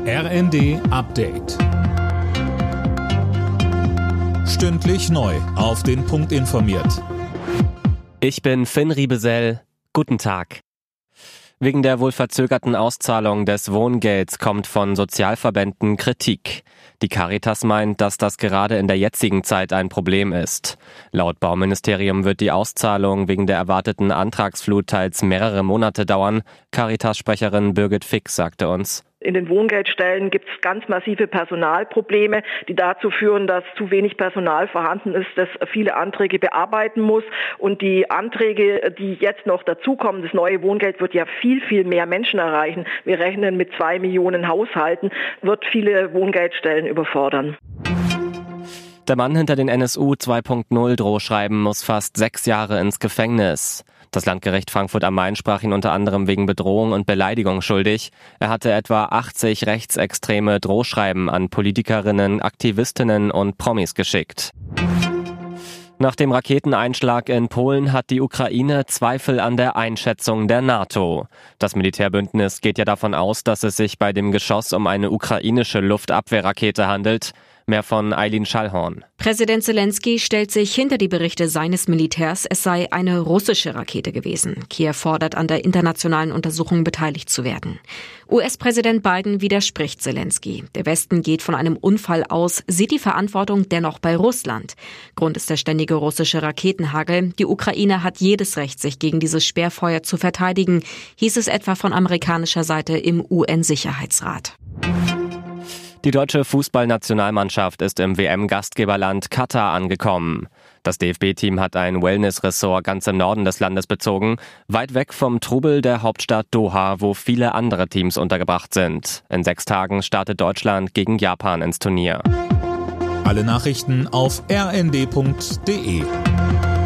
RND Update. Stündlich neu auf den Punkt informiert. Ich bin Finn Riebesell. Guten Tag. Wegen der wohl verzögerten Auszahlung des Wohngelds kommt von Sozialverbänden Kritik. Die Caritas meint, dass das gerade in der jetzigen Zeit ein Problem ist. Laut Bauministerium wird die Auszahlung wegen der erwarteten Antragsflut teils mehrere Monate dauern. Caritas-Sprecherin Birgit Fix sagte uns: In den Wohngeldstellen gibt es ganz massive Personalprobleme, die dazu führen, dass zu wenig Personal vorhanden ist, das viele Anträge bearbeiten muss. Und die Anträge, die jetzt noch dazukommen, das neue Wohngeld wird ja viel, viel mehr Menschen erreichen. Wir rechnen mit 2 Millionen Haushalten, wird viele Wohngeldstellen überfordern. Der Mann hinter den NSU 2.0 Drohschreiben muss fast 6 Jahre ins Gefängnis. Das Landgericht Frankfurt am Main sprach ihn unter anderem wegen Bedrohung und Beleidigung schuldig. Er hatte etwa 80 rechtsextreme Drohschreiben an Politikerinnen, Aktivistinnen und Promis geschickt. Nach dem Raketeneinschlag in Polen hat die Ukraine Zweifel an der Einschätzung der NATO. Das Militärbündnis geht ja davon aus, dass es sich bei dem Geschoss um eine ukrainische Luftabwehrrakete handelt. Mehr von Eileen Schallhorn. Präsident Zelensky stellt sich hinter die Berichte seines Militärs, es sei eine russische Rakete gewesen. Kiew fordert, an der internationalen Untersuchung beteiligt zu werden. US-Präsident Biden widerspricht Zelensky. Der Westen geht von einem Unfall aus, sieht die Verantwortung dennoch bei Russland. Grund ist der ständige russische Raketenhagel. Die Ukraine hat jedes Recht, sich gegen dieses Sperrfeuer zu verteidigen, hieß es etwa von amerikanischer Seite im UN-Sicherheitsrat. Die deutsche Fußballnationalmannschaft ist im WM-Gastgeberland Katar angekommen. Das DFB-Team hat ein Wellness-Ressort ganz im Norden des Landes bezogen, weit weg vom Trubel der Hauptstadt Doha, wo viele andere Teams untergebracht sind. In 6 Tagen startet Deutschland gegen Japan ins Turnier. Alle Nachrichten auf rnd.de.